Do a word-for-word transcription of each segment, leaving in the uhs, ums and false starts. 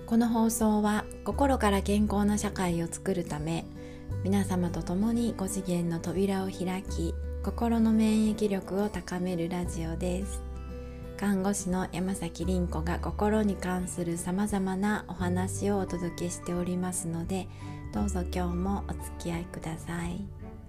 この放送は心から健康な社会を作るため、皆様と共にご次元の扉を開き、心の免疫力を高めるラジオです。看護師の山崎凛子が心に関するさまざまなお話をお届けしておりますので、どうぞ今日もお付き合いください。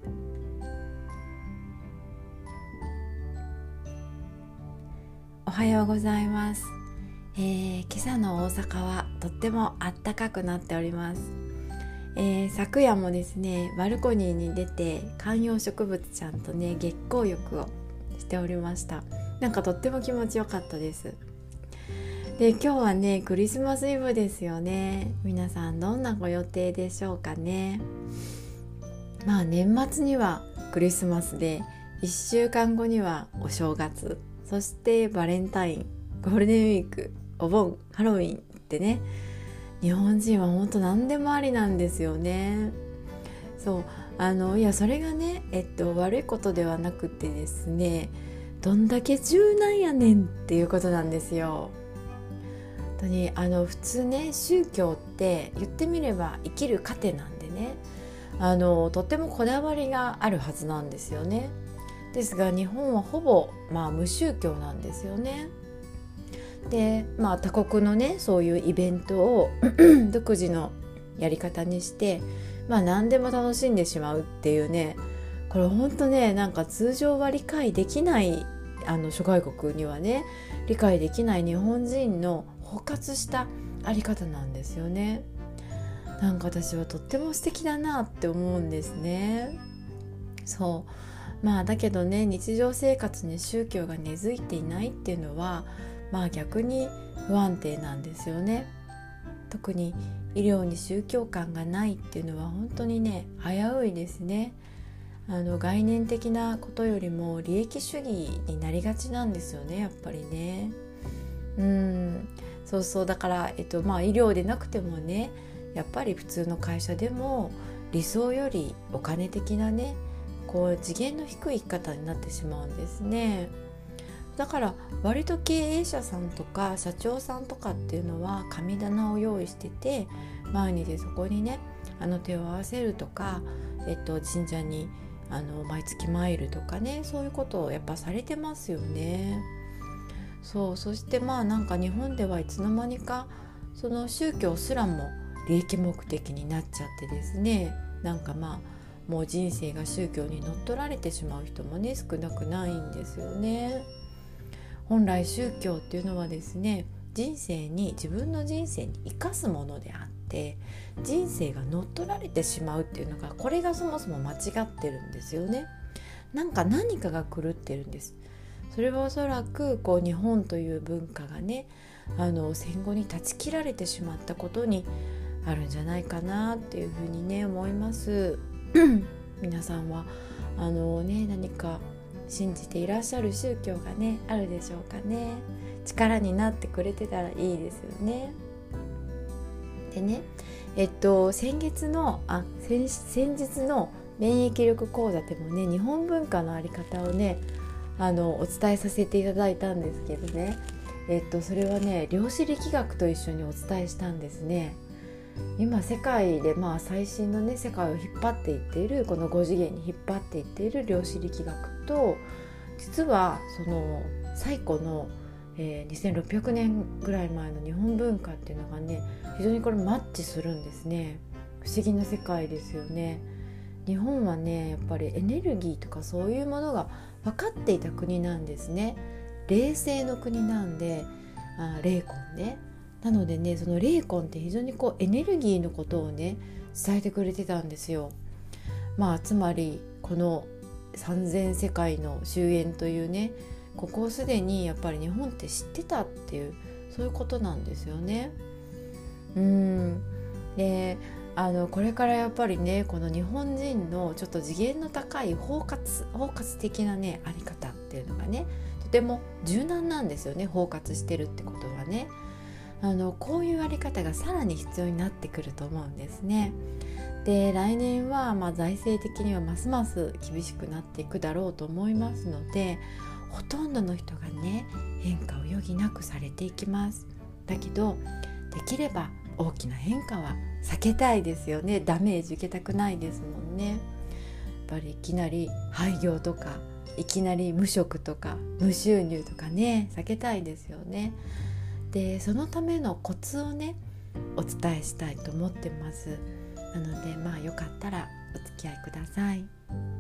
おはようございます。えー、今朝の大阪はとっても暖かくなっております。えー、昨夜もですね、バルコニーに出て観葉植物ちゃんとね月光浴をしておりました。なんかとっても気持ちよかったです。で、今日はねクリスマスイブですよね。皆さんどんなご予定でしょうかね。まあ年末にはクリスマスで、いっしゅうかんごにはお正月、そしてバレンタイン、ゴールデンウィーク、お盆、ハロウィンってね、日本人は本当何でもありなんですよね。そうあのいやそれがね、えっと、悪いことではなくてですね、どんだけ柔軟やねんっていうことなんですよ。本当にあの普通ね、宗教って言ってみれば生きる糧なんでね、あのとてもこだわりがあるはずなんですよね。ですが日本はほぼ、まあ、無宗教なんですよね。で、まあ、他国のねそういうイベントを独自のやり方にして、まあ、何でも楽しんでしまうっていうね、これ本当ね、なんか通常は理解できない、あの諸外国にはね理解できない日本人の包括したあり方なんですよね。なんか私はとっても素敵だなって思うんですね。そうまあだけどね、日常生活に宗教が根付いていないっていうのは、まあ逆に不安定なんですよね。特に医療に宗教観がないっていうのは本当にね危ういですね。あの概念的なことよりも利益主義になりがちなんですよね、やっぱりね。うんそうそうだから、えっとまあ、医療でなくてもね、やっぱり普通の会社でも理想よりお金的なね、こう次元の低い生き方になってしまうんですね。だから割と経営者さんとか社長さんとかっていうのは神棚を用意してて、毎日そこにねあの手を合わせるとか、えっと、神社にあの毎月参るとかね、そういうことをやっぱされてますよね。そうそしてまあなんか日本ではいつの間にかその宗教すらも利益目的になっちゃってですね、なんかまあもう人生が宗教に乗っ取られてしまう人もね少なくないんですよね。本来宗教っていうのはですね、人生に自分の人生に生かすものであって、人生が乗っ取られてしまうっていうのが、これがそもそも間違ってるんですよね。なんか何かが狂ってるんです。それはおそらくこう日本という文化がね、あの戦後に断ち切られてしまったことにあるんじゃないかなっていうふうにね思います皆さんはあのね何か信じていらっしゃる宗教がねあるでしょうかね。力になってくれてたらいいですよね。でね、えっと先月のあ 先, 先日の免疫力講座でもね、日本文化のあり方をねあのお伝えさせていただいたんですけどね、えっとそれはね量子力学と一緒にお伝えしたんですね。今世界でまあ最新のね世界を引っ張っていっている、このご次元に引っ張っていっている量子力学と、実はその最古の、えー、にせんろっぴゃくねんぐらい前の日本文化っていうのがね非常にこれマッチするんですね。不思議な世界ですよね。日本はねやっぱりエネルギーとかそういうものが分かっていた国なんですね。霊性の国なんで、あ霊魂ね。なのでね、その霊魂って非常にこうエネルギーのことをね伝えてくれてたんですよ。まあつまりこの三千世界の終焉というね、ここをすでにやっぱり日本って知ってたっていう、そういうことなんですよね。うーんであのこれからやっぱりね、この日本人のちょっと次元の高い包括包括的なねあり方っていうのがねとても柔軟なんですよね。包括してるってことはね、あのこういうあり方がさらに必要になってくると思うんですね。で来年はまあ財政的にはますます厳しくなっていくだろうと思いますので、ほとんどの人がね変化を余儀なくされていきます。だけどできれば大きな変化は避けたいですよね。ダメージ受けたくないですもんね。やっぱりいきなり廃業とかいきなり無職とか無収入とかね避けたいですよね。でそのためのコツをねお伝えしたいと思ってます。なのでまあよかったらお付き合いください。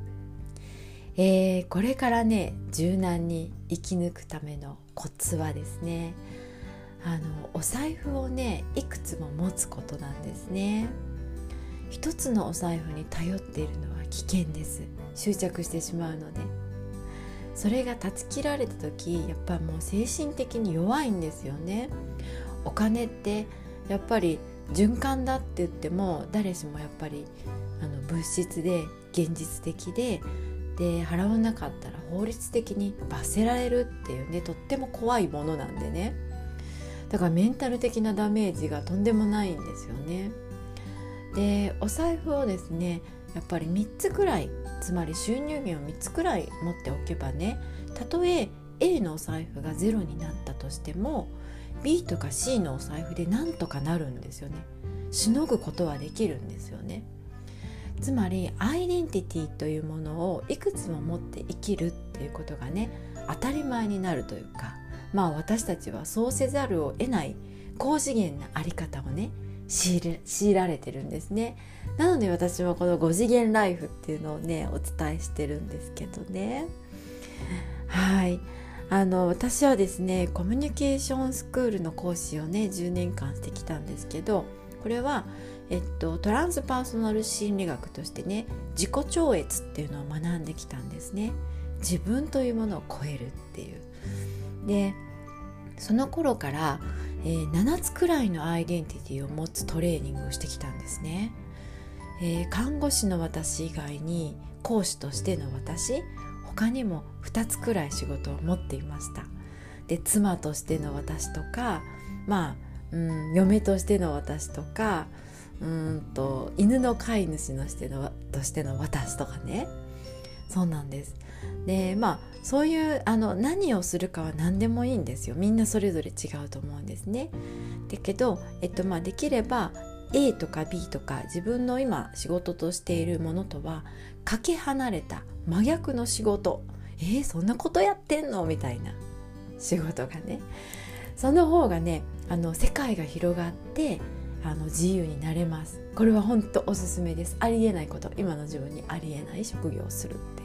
えー、これからね柔軟に生き抜くためのコツはですね、あのお財布をねいくつも持つことなんですね。一つのお財布に頼っているのは危険です。執着してしまうので、それが断ち切られた時やっぱもう精神的に弱いんですよね。お金ってやっぱり循環だって言っても誰しもやっぱりあの物質で現実的でで払わなかったら法律的に罰せられるっていうねとっても怖いものなんでね、だからメンタル的なダメージがとんでもないんですよね。でお財布をですねやっぱりみっつくらい、つまり収入源をみっつくらい持っておけばね、たとえ A のお財布がゼロになったとしても B とか C のお財布でなんとかなるんですよね。しのぐことはできるんですよね。つまりアイデンティティというものをいくつも持って生きるっていうことがね当たり前になるというか、まあ私たちはそうせざるを得ない高次元なあり方をね強いれ、強いられてるんですね。なので私はこのご次元ライフっていうのをねお伝えしてるんですけどね。はい、あの私はですねコミュニケーションスクールの講師をねじゅうねんかんしてきたんですけど、これはえっと、トランスパーソナル心理学としてね自己超越っていうのを学んできたんですね。自分というものを超えるっていう。でその頃から、えー、ななつくらいのアイデンティティを持つトレーニングをしてきたんですね。えー、看護師の私以外に講師としての私、他にもふたつくらい仕事を持っていました。で妻としての私とか、まあ、うん、嫁としての私とか、うんと犬の飼い主のしてのとしての私とかね、そうなんです。でまあそういうあの何をするかは何でもいいんですよ。みんなそれぞれ違うと思うんですね。だけど、えっとまあ、できれば A とか B とか自分の今仕事としているものとはかけ離れた真逆の仕事、えー、そんなことやってんのみたいな仕事がね、その方がねあの世界が広がってあの自由になれます。これは本当おすすめです。ありえないこと、今の自分にありえない職業をするっていう。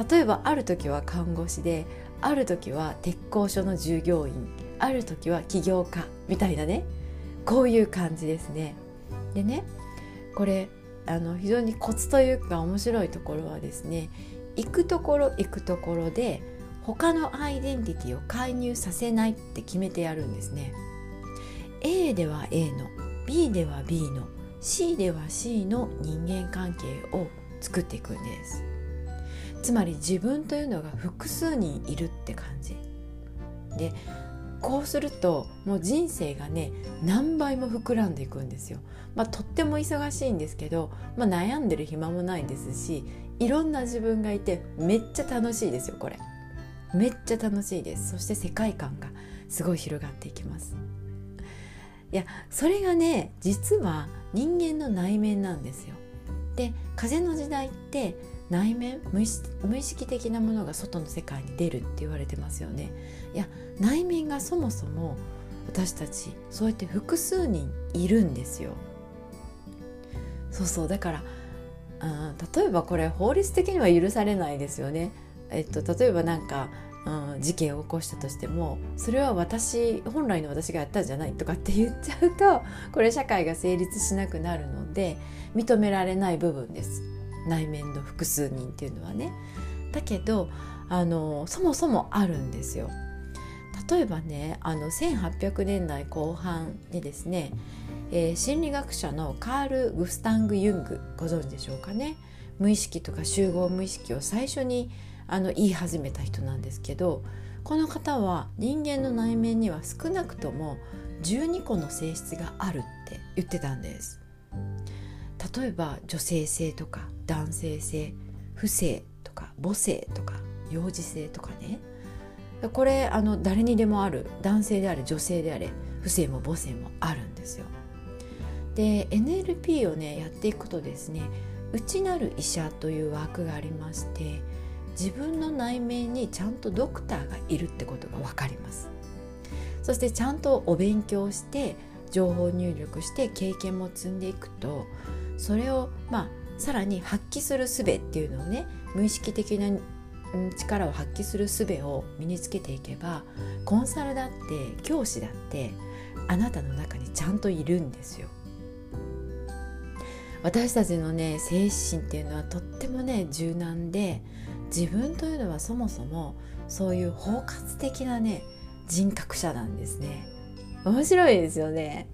例えばある時は看護師で、ある時は鉄工所の従業員、ある時は起業家みたいなね、こういう感じですね。でねこれあの非常にコツというか面白いところはですね、行くところ行くところで他のアイデンティティを介入させないって決めてやるんですね。A では A の、B では B の、C では C の人間関係を作っていくんです。つまり自分というのが複数人いるって感じで、こうするともう人生がね何倍も膨らんでいくんですよ。まあとっても忙しいんですけど、まあ、悩んでる暇もないですし、いろんな自分がいてめっちゃ楽しいですよ。これめっちゃ楽しいです。そして世界観がすごい広がっていきます。いやそれがね実は人間の内面なんですよ。で風の時代って内面、無意識、無意識的なものが外の世界に出るって言われてますよね。いや内面がそもそも私たちそうやって複数人いるんですよ。そうそうだからあ例えばこれ法律的には許されないですよね。えっと例えばなんかうん、事件を起こしたとしてもそれは私本来の私がやったんじゃないとかって言っちゃうとこれ社会が成立しなくなるので認められない部分です。内面の複数人っていうのはね。だけどあのそもそもあるんですよ。例えばねあのせんはっぴゃくねんだいこう半にですね、えー、心理学者のカール・グスタング・ユングご存知でしょうかね。無意識とか集合無意識を最初にあの言い始めた人なんですけど、この方は人間の内面には少なくともじゅうにこの性質があるって言ってたんです。例えば女性性とか男性性、父性とか母性とか幼児性とかね、 これあの誰にでもある、男性であれ女性であれ不正も母性もあるんですよ。で エヌエルピー をねやっていくとですね、内なる医者というワークがありまして、自分の内面にちゃんとドクターがいるってことが分かります。そしてちゃんとお勉強して情報入力して経験も積んでいくと、それをまあさらに発揮する術っていうのをね、無意識的な力を発揮する術を身につけていけば、コンサルだって教師だってあなたの中にちゃんといるんですよ。私たちのね精神っていうのはとってもね柔軟で、自分というのはそもそもそういう包括的なね人格者なんですね。面白いですよね。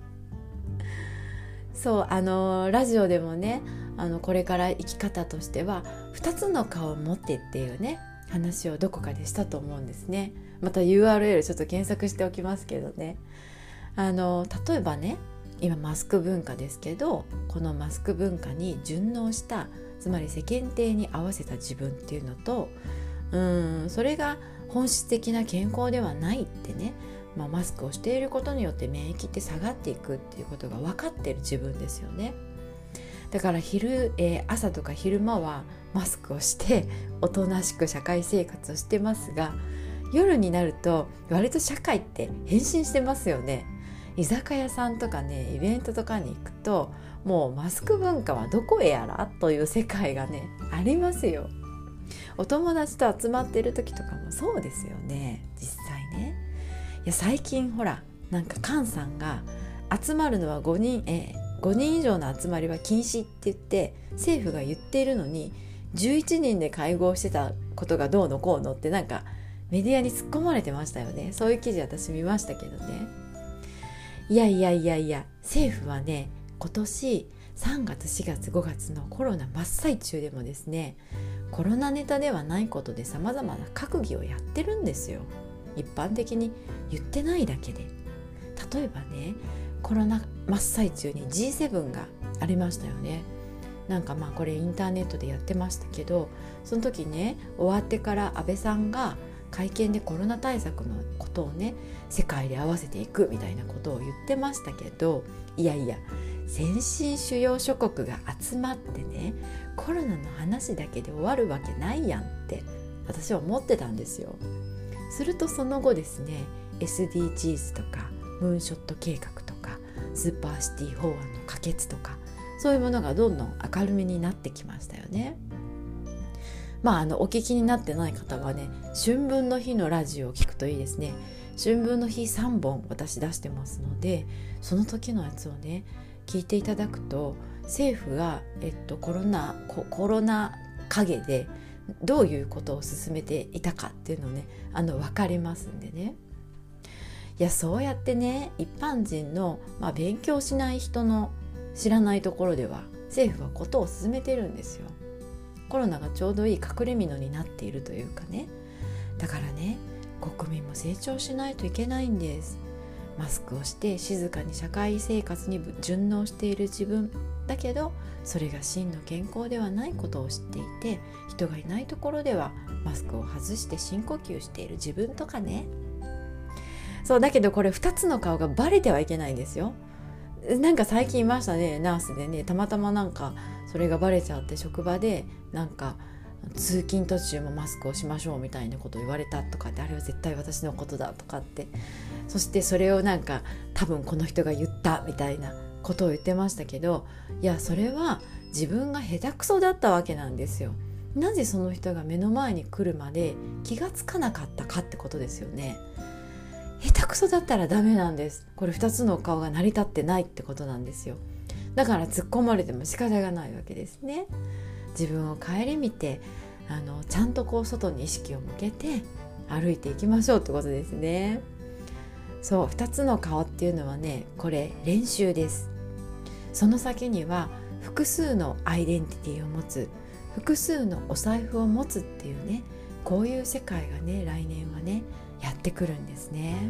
そうあのラジオでもね、あのこれから生き方としてはふたつの顔を持ってっていうね話をどこかでしたと思うんですね。また ユーアールエル ちょっと検索しておきますけどね、あの例えばね、今マスク文化ですけど、このマスク文化に順応した、つまり世間体に合わせた自分っていうのと、うーんそれが本質的な健康ではないってね、まあ、マスクをしていることによって免疫って下がっていくっていうことが分かっている自分ですよね。だから昼、えー、朝とか昼間はマスクをしておとなしく社会生活をしてますが、夜になると割と社会って変身してますよね。居酒屋さんとかねイベントとかに行くと、もうマスク文化はどこへやらという世界がねありますよ。お友達と集まっている時とかもそうですよね、実際ね。いや最近ほらなんか菅さんが集まるのはごにん、えー、ごにん以上の集まりは禁止って言って政府が言っているのに、じゅういちにんで会合してたことがどうのこうのってなんかメディアに突っ込まれてましたよね。そういう記事私見ましたけどね。いやいやいやいや、政府はね今年さんがつしがつごがつのコロナ真っ最中でもですね、コロナネタではないことでさまざまな閣議をやってるんですよ。一般的に言ってないだけで。例えばね、コロナ真っ最中に ジーセブン がありましたよね。なんかまあこれインターネットでやってましたけど、その時ね終わってから安倍さんが会見でコロナ対策のことをね世界で合わせていくみたいなことを言ってましたけど、いやいや先進主要諸国が集まってねコロナの話だけで終わるわけないやんって私は思ってたんですよ。するとその後ですね エスディージーズ とかムーンショット計画とかスーパーシティ法案の可決とか、そういうものがどんどん明るみになってきましたよね。まあ、あのお聞きになってない方はね、春分の日のラジオを聞くといいですね。春分の日さんぼん私出してますので、その時のやつをね聞いていただくと、政府が、えっと、コロナコ、コロナ陰でどういうことを進めていたかっていうのをねあの分かりますんでね。いやそうやってね一般人の、まあ、勉強しない人の知らないところでは政府はことを進めてるんですよ。コロナがちょうどいい隠れ蓑になっているというかね。だからね国民も成長しないといけないんです。マスクをして静かに社会生活に順応している自分だけど、それが真の健康ではないことを知っていて、人がいないところではマスクを外して深呼吸している自分とかね。そうだけどこれふたつの顔がバレてはいけないんですよ。なんか最近いましたね、ナースでね、たまたまなんかそれがバレちゃって職場でなんか通勤途中もマスクをしましょうみたいなことを言われたとかって、あれは絶対私のことだとかって、そしてそれをなんか多分この人が言ったみたいなことを言ってましたけど、いやそれは自分が下手くそだったわけなんですよ。なぜその人が目の前に来るまで気がつかなかったかってことですよね。下手くそだったらダメなんです。これふたつの顔が成り立ってないってことなんですよ。だから突っ込まれても仕方がないわけですね。自分を顧みてあのちゃんとこう外に意識を向けて歩いていきましょうってことですね。そう、ふたつの顔っていうのはね、これ練習です。その先には複数のアイデンティティを持つ、複数のお財布を持つっていうね、こういう世界がね来年はねやってくるんですね。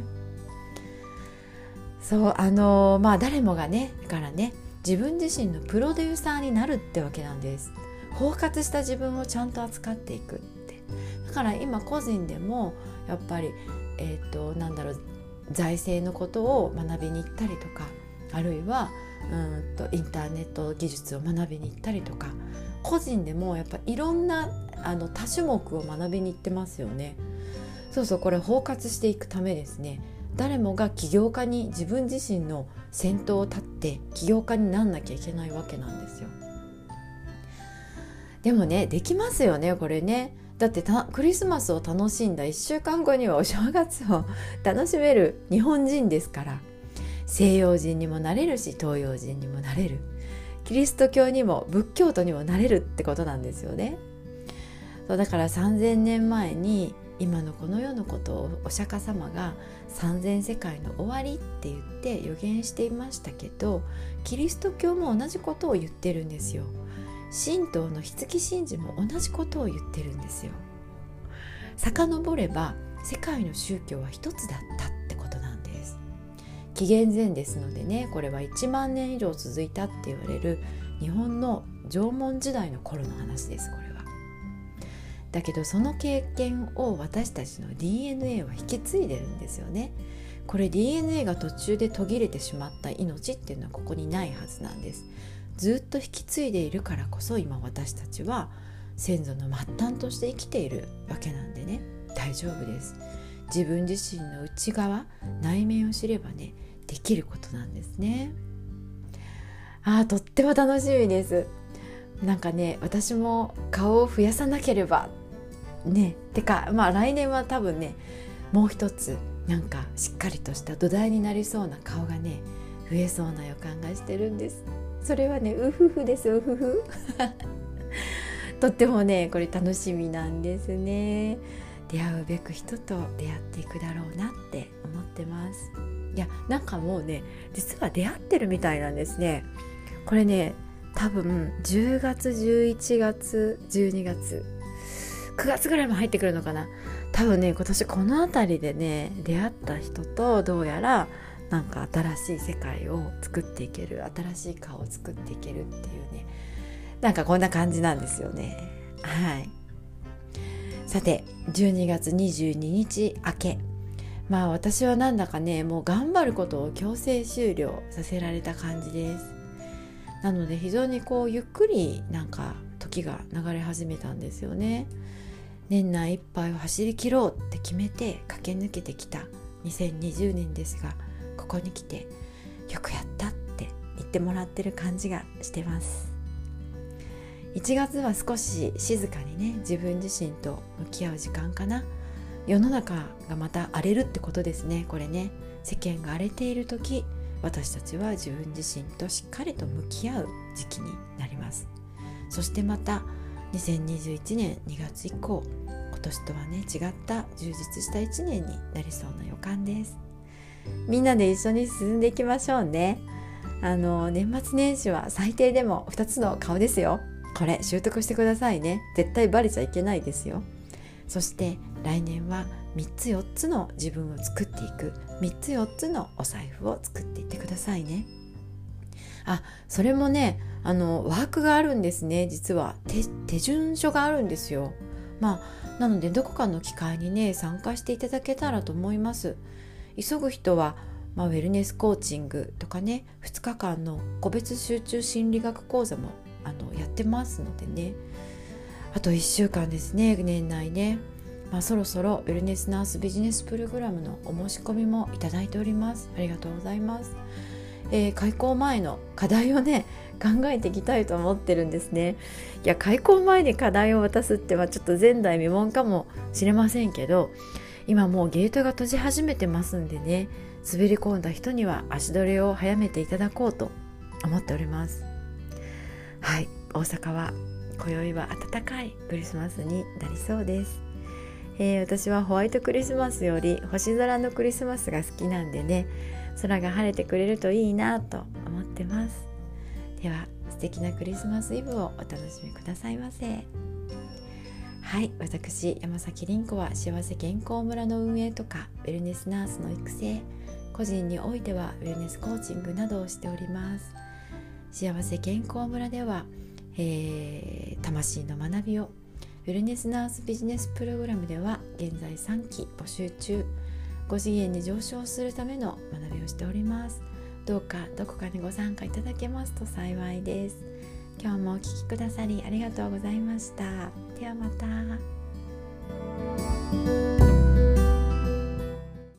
そうあのまあ誰もがねだからね自分自身のプロデューサーになるってわけなんです。包括した自分をちゃんと扱っていくって、だから今個人でもやっぱり、えーと、なんだろう財政のことを学びに行ったりとか、あるいはうんとインターネット技術を学びに行ったりとか、個人でもやっぱいろんなあの多種目を学びに行ってますよね。そうそう、これ包括していくためですね、誰もが起業家に自分自身の先頭を立って起業家になんなきゃいけないわけなんですよ。でもね、できますよねこれね。だってたクリスマスを楽しんだいっしゅうかんごにはお正月を楽しめる日本人ですから、西洋人にもなれるし東洋人にもなれる、キリスト教にも仏教徒にもなれるってことなんですよね。そうだからさんぜんねんまえに今のこの世のことをお釈迦様が三千世界の終わりって言って予言していましたけど、キリスト教も同じことを言ってるんですよ。神道の筆記神事も同じことを言ってるんですよ。遡れば世界の宗教は一つだったってことなんです。紀元前ですのでね、これはいちまんねん以上続いたって言われる日本の縄文時代の頃の話です。これはだけど、その経験を私たちの ディーエヌエー は引き継いでるんですよね。これ ディーエヌエー が途中で途切れてしまった命っていうのはここにないはずなんです。ずっと引き継いでいるからこそ今私たちは先祖の末端として生きているわけなんでね、大丈夫です。自分自身の内側、内面を知ればね、できることなんですね。あー、とっても楽しみです。なんかね、私も顔を増やさなければね、てかまあ来年は多分ね、もう一つなんかしっかりとした土台になりそうな顔がね、増えそうな予感がしてるんです。それはね、うふふです、うふふとってもね、これ楽しみなんですね。出会うべく人と出会っていくだろうなって思ってます。いや、なんかもうね、実は出会ってるみたいなんですね。これね、多分じゅうがつ、じゅういちがつ、じゅうにがつ、くがつぐらいも入ってくるのかな。多分ね、今年この辺りでね、出会った人とどうやらなんか新しい世界を作っていける、新しい顔を作っていけるっていうね、なんかこんな感じなんですよね。はい。さて、じゅうにがつにじゅうににち明け、まあ私はなんだかね、もう頑張ることを強制終了させられた感じです。なので非常にこうゆっくりなんか時が流れ始めたんですよね。年内いっぱいを走り切ろうって決めて駆け抜けてきたにせんにじゅうねんですが、ここに来てよくやったって言ってもらってる感じがしてます。いちがつは少し静かにね、自分自身と向き合う時間かな。世の中がまた荒れるってことですね。これね、世間が荒れている時、私たちは自分自身としっかりと向き合う時期になります。そしてまたにせんにじゅういちねんにがつ以降、今年とはね、違った充実したいちねんになりそうな予感です。みんなで一緒に進んでいきましょうね。あの年末年始は最低でもふたつの顔ですよ。これ習得してくださいね。絶対バレちゃいけないですよ。そして来年はみっつよっつの自分を作っていく、みっつよっつのお財布を作っていってくださいね。あ、それもね、あのワークがあるんですね。実は 手, 手順書があるんですよ。まあなのでどこかの機会にね、参加していただけたらと思います。急ぐ人は、まあ、ウェルネスコーチングとかね、ふつかかんの個別集中心理学講座もあのやってますのでね。あといっしゅうかんですね、年内ね。まあ、そろそろウェルネスナースビジネスプログラムのお申し込みもいただいております。ありがとうございます。えー、開講前の課題をね、考えていきたいと思ってるんですね。いや、開講前に課題を渡すってはちょっと前代未聞かもしれませんけど、今もうゲートが閉じ始めてますんでね、滑り込んだ人には足取りを早めていただこうと思っております。はい、大阪は今宵は暖かいクリスマスになりそうです。えー、私はホワイトクリスマスより星空のクリスマスが好きなんでね、空が晴れてくれるといいなと思ってます。では素敵なクリスマスイブをお楽しみくださいませ。はい、私山崎凛子は幸せ健康村の運営とかウェルネスナースの育成、個人においてはウェルネスコーチングなどをしております。幸せ健康村では、えー、魂の学びをウェルネスナースビジネスプログラムでは現在さんき募集中。ご次元に上昇するための学びをしております。どうかどこかにご参加いただけますと幸いです。今日もお聞きくださりありがとうございました。ではまた。